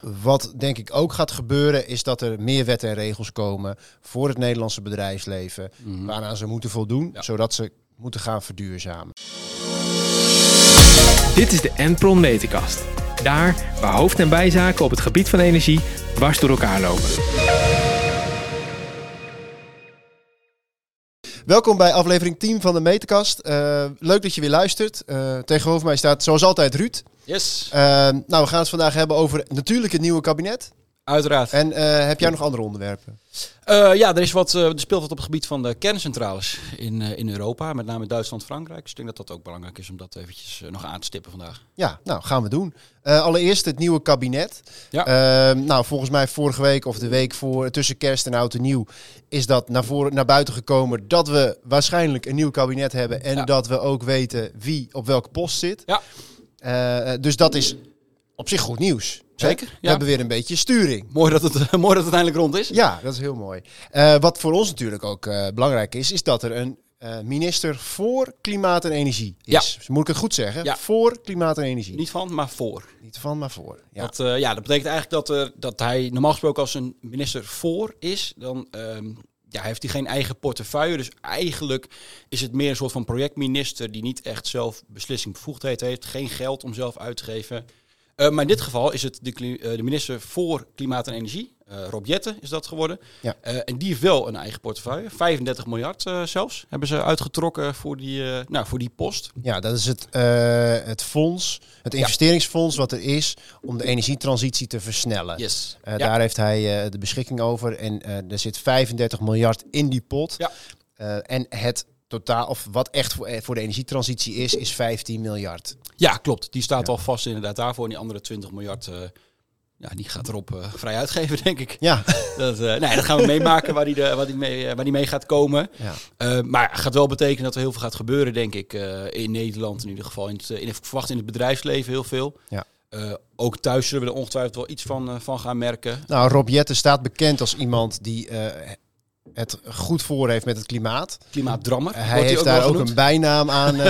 Wat denk ik ook gaat gebeuren is dat er meer wetten en regels komen voor het Nederlandse bedrijfsleven. Waaraan ze moeten voldoen, zodat ze moeten gaan verduurzamen. Dit is de Enpron Metenkast. Daar waar hoofd- en bijzaken op het gebied van energie dwars door elkaar lopen. Welkom bij aflevering 10 van de Metenkast. Leuk dat je weer luistert. Tegenover mij staat zoals altijd Ruud. Yes. We gaan het vandaag hebben over natuurlijk het nieuwe kabinet. Uiteraard. En heb jij nog andere onderwerpen? Er speelt wat op het gebied van de kerncentrales in Europa. Met name Duitsland, Frankrijk. Dus ik denk dat dat ook belangrijk is om dat eventjes nog aan te stippen vandaag. Ja, gaan we doen. Allereerst het nieuwe kabinet. Ja. Volgens mij vorige week of de week voor tussen kerst en oud en nieuw is dat naar buiten gekomen dat we waarschijnlijk een nieuw kabinet hebben. En dat we ook weten wie op welke post zit. Ja. Dus dat is op zich goed nieuws. Zeker. We hebben weer een beetje sturing. Mooi dat het uiteindelijk rond is. Ja, dat is heel mooi. Wat voor ons natuurlijk ook belangrijk is dat er een minister voor klimaat en energie is. Ja. Dus moet ik het goed zeggen? Ja. Voor klimaat en energie. Niet van, maar voor. Niet van, maar voor. Ja. Dat betekent eigenlijk dat hij normaal gesproken als een minister voor is. Dan heeft hij geen eigen portefeuille. Dus eigenlijk is het meer een soort van projectminister die niet echt zelf beslissingbevoegdheid heeft. Geen geld om zelf uit te geven. Maar in dit geval is het de minister voor klimaat en energie. Rob Jetten is dat geworden. Ja. En die heeft wel een eigen portefeuille. 35 miljard zelfs hebben ze uitgetrokken voor die post. Ja, dat is het fonds, het investeringsfonds wat er is om de energietransitie te versnellen. Yes. Daar heeft hij de beschikking over. En er zit 35 miljard in die pot. Ja. En het totaal, of wat echt voor de energietransitie is 15 miljard. Ja, klopt. Die staat al vast inderdaad daarvoor. En die andere 20 miljard, die gaat erop vrij uitgeven, denk ik. Ja. Dat gaan we meemaken waar die mee gaat komen. Ja. Maar het gaat wel betekenen dat er heel veel gaat gebeuren, denk ik. In Nederland in ieder geval. Ik verwacht in het bedrijfsleven heel veel. Ja. Ook thuis zullen we er ongetwijfeld wel iets van gaan merken. Nou, Rob Jetten staat bekend als iemand die het goed voor heeft met het klimaat. Klimaatdrammer. Hij heeft daar ook een bijnaam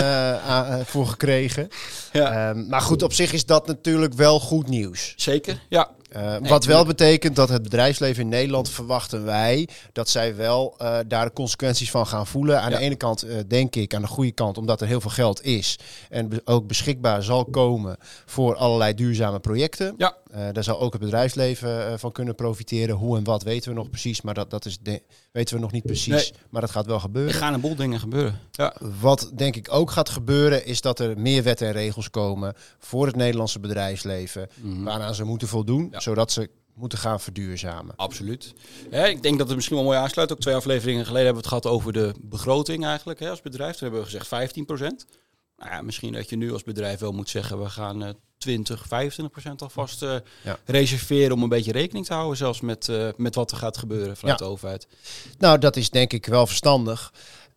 aan voor gekregen. Ja. Maar goed, op zich is dat natuurlijk wel goed nieuws. Zeker, ja. Wat wel betekent dat het bedrijfsleven in Nederland verwachten wij dat zij wel daar de consequenties van gaan voelen. Aan de ene kant denk ik aan de goede kant omdat er heel veel geld is en ook beschikbaar zal komen voor allerlei duurzame projecten. Ja. Daar zal ook het bedrijfsleven van kunnen profiteren. Hoe en wat weten we nog precies, maar dat weten we nog niet precies. Nee. Maar dat gaat wel gebeuren. Er gaan een boel dingen gebeuren. Ja. Wat denk ik ook gaat gebeuren is dat er meer wetten en regels komen voor het Nederlandse bedrijfsleven. Waaraan ze moeten voldoen, zodat ze moeten gaan verduurzamen. Absoluut. Ja, ik denk dat het misschien wel mooi aansluit. Ook 2 afleveringen geleden hebben we het gehad over de begroting eigenlijk als bedrijf. Toen hebben we gezegd 15%. Nou ja, misschien dat je nu als bedrijf wel moet zeggen we gaan 20-25% alvast reserveren om een beetje rekening te houden. Zelfs met wat er gaat gebeuren vanuit de overheid. Nou, dat is denk ik wel verstandig.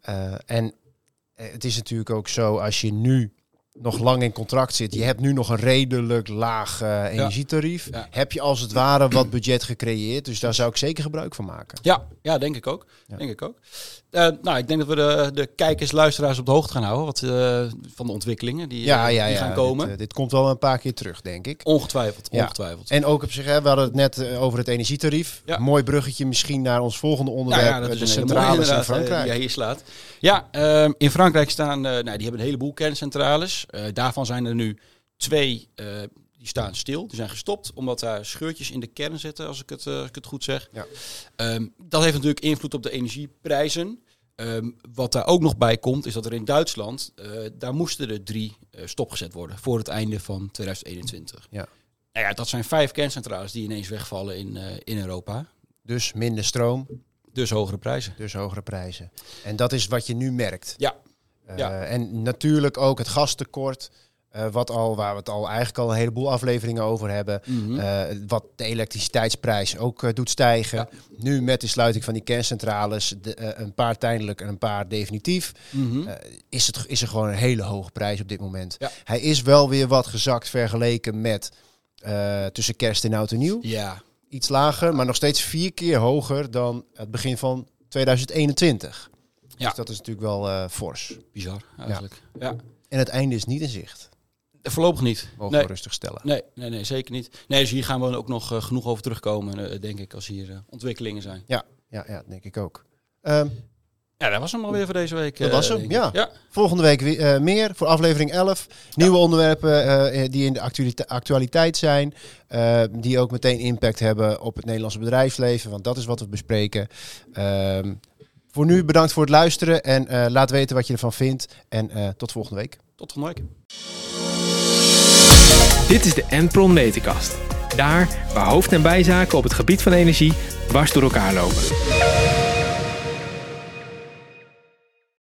En het is natuurlijk ook zo als je nu nog lang in contract zit. Je hebt nu nog een redelijk laag energietarief. Ja. Heb je als het ware wat budget gecreëerd. Dus daar zou ik zeker gebruik van maken. Ja, denk ik ook. Ja. Denk ik ook. Ik denk dat we de kijkers, luisteraars op de hoogte gaan houden van de ontwikkelingen die gaan komen. Dit komt wel een paar keer terug, denk ik. Ongetwijfeld. En ook op zich, we hadden het net over het energietarief. Ja. Mooi bruggetje misschien naar ons volgende onderwerp. De centrales in Frankrijk. Die hier slaat. Ja, in Frankrijk staan, die hebben een heleboel kerncentrales. Daarvan zijn er nu 2... die staan stil, die zijn gestopt, omdat daar scheurtjes in de kern zitten, als ik het goed zeg. Ja. Dat heeft natuurlijk invloed op de energieprijzen. Wat daar ook nog bij komt, is dat er in Duitsland, daar moesten er 3 stopgezet worden voor het einde van 2021. Ja. Nou ja, dat zijn 5 kerncentrales die ineens wegvallen in Europa. Dus minder stroom. Dus hogere prijzen. En dat is wat je nu merkt. Ja. En natuurlijk ook het gastekort. Waar we het eigenlijk al een heleboel afleveringen over hebben. Wat de elektriciteitsprijs ook doet stijgen. Ja. Nu met de sluiting van die kerncentrales, een paar tijdelijk en een paar definitief, is er gewoon een hele hoge prijs op dit moment. Ja. Hij is wel weer wat gezakt vergeleken met tussen kerst en oud en nieuw. Ja. Iets lager, maar nog steeds 4 keer hoger dan het begin van 2021. Ja. Dus dat is natuurlijk wel fors. Bizar, eigenlijk. Ja. En het einde is niet in zicht. Voorlopig niet. Mogen we rustig stellen. Nee, zeker niet. Nee, dus hier gaan we ook nog genoeg over terugkomen, denk ik, als hier ontwikkelingen zijn. Ja, denk ik ook. Ja, dat was hem alweer voor deze week. Dat was hem, ja. Ja. Volgende week meer voor aflevering 11. Nieuwe onderwerpen die in de actualiteit zijn. Die ook meteen impact hebben op het Nederlandse bedrijfsleven. Want dat is wat we bespreken. Voor nu bedankt voor het luisteren. En laat weten wat je ervan vindt. En tot volgende week. Tot volgende week. Dit is de Enpron Meticast. Daar waar hoofd- en bijzaken op het gebied van energie dwars door elkaar lopen.